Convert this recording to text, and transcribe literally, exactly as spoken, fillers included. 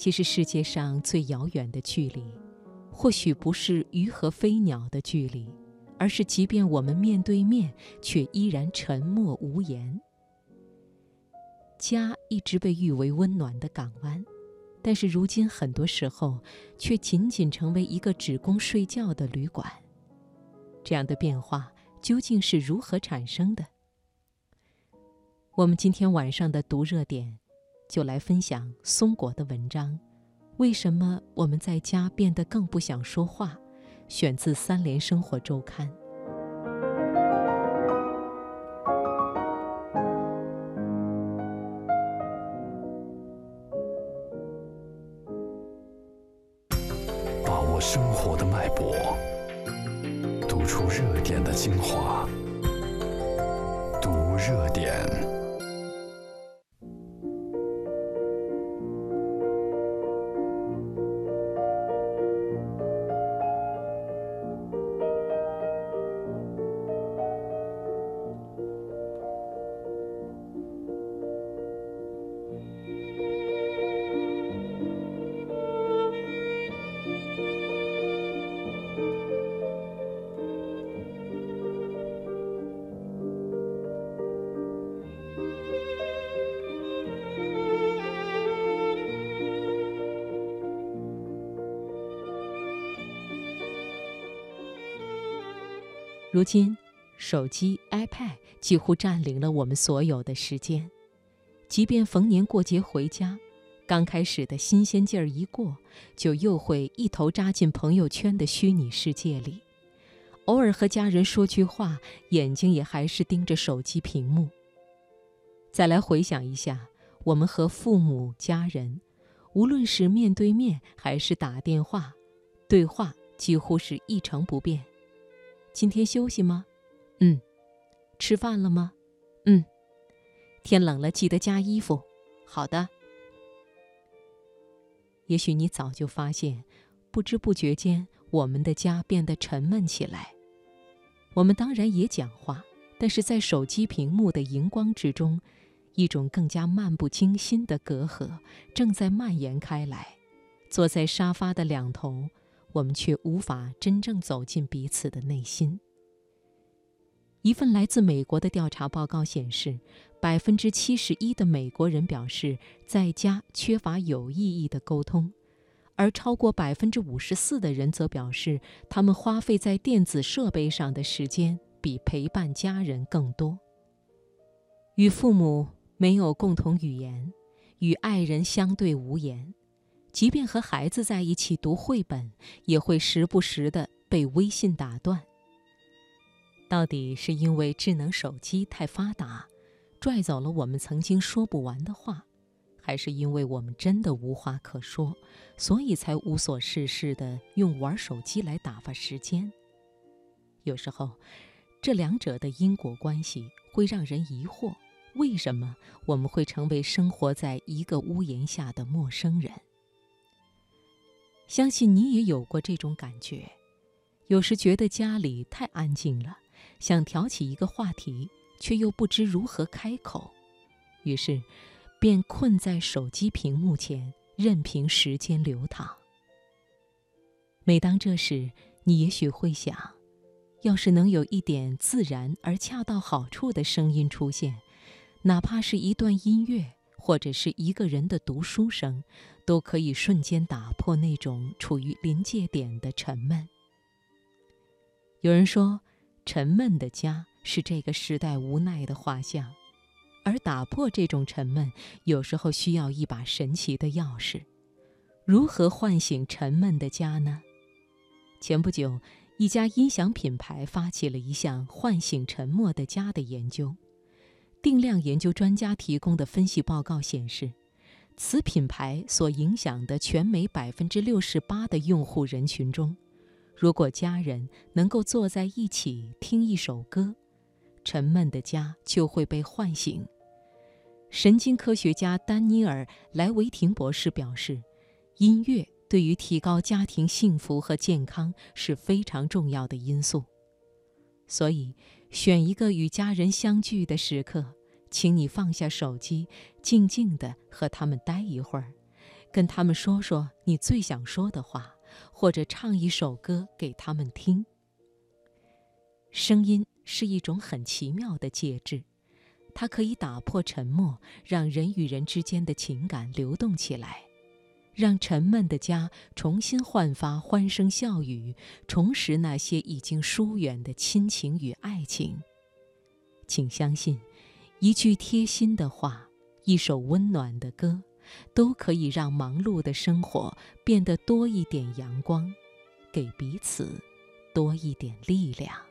其实世界上最遥远的距离，或许不是鱼和飞鸟的距离，而是即便我们面对面，却依然沉默无言。家一直被誉为温暖的港湾，但是如今很多时候却仅仅成为一个只供睡觉的旅馆。这样的变化究竟是如何产生的？我们今天晚上的读热点就来分享松果的文章，为什么我们在家变得更不想说话，选自三联生活周刊。 把握生活的脉搏，读出热点的精华，读热点。 如今，手机、iPad 几乎占领了我们所有的时间。即便逢年过节回家，刚开始的新鲜劲儿一过，就又会一头扎进朋友圈的虚拟世界里。偶尔和家人说句话，眼睛也还是盯着手机屏幕。再来回想一下，我们和父母、家人，无论是面对面还是打电话，对话几乎是一成不变。今天休息吗？嗯。吃饭了吗？嗯。天冷了记得加衣服。好的。也许你早就发现，不知不觉间，我们的家变得沉闷起来。我们当然也讲话，但是在手机屏幕的荧光之中，一种更加漫不经心的隔阂正在蔓延开来。坐在沙发的两头，我们却无法真正走进彼此的内心。一份来自美国的调查报告显示，百分之七十一的美国人表示在家缺乏有意义的沟通，而超过百分之五十四的人则表示，他们花费在电子设备上的时间比陪伴家人更多。与父母没有共同语言，与爱人相对无言。即便和孩子在一起读绘本，也会时不时地被微信打断。到底是因为智能手机太发达，拽走了我们曾经说不完的话，还是因为我们真的无话可说，所以才无所事事地用玩手机来打发时间？有时候，这两者的因果关系会让人疑惑，为什么我们会成为生活在一个屋檐下的陌生人？相信你也有过这种感觉，有时觉得家里太安静了，想挑起一个话题，却又不知如何开口，于是便困在手机屏幕前，任凭时间流淌。每当这时，你也许会想，要是能有一点自然而恰到好处的声音出现，哪怕是一段音乐，或者是一个人的读书声，都可以瞬间打破那种处于临界点的沉闷。有人说，沉闷的家是这个时代无奈的画像，而打破这种沉闷，有时候需要一把神奇的钥匙。如何唤醒沉闷的家呢？前不久，一家音响品牌发起了一项唤醒沉默的家的研究。定量研究专家提供的分析报告显示，此品牌所影响的全美百分之六十八的用户人群中，如果家人能够坐在一起听一首歌，沉闷的家就会被唤醒。神经科学家丹尼尔·莱维廷博士表示，音乐对于提高家庭幸福和健康是非常重要的因素。所以，选一个与家人相聚的时刻，请你放下手机，静静地和他们待一会儿， 跟他们说说你最想说的话，或者唱一首歌给他们听。声音是一种很奇妙的介质，它可以打破沉默，让人与人之间的情感流动起来，让沉闷的家重新焕发欢声笑语，重拾那些已经疏远的亲情与爱情。请相信，一句贴心的话，一首温暖的歌，都可以让忙碌的生活变得多一点阳光，给彼此多一点力量。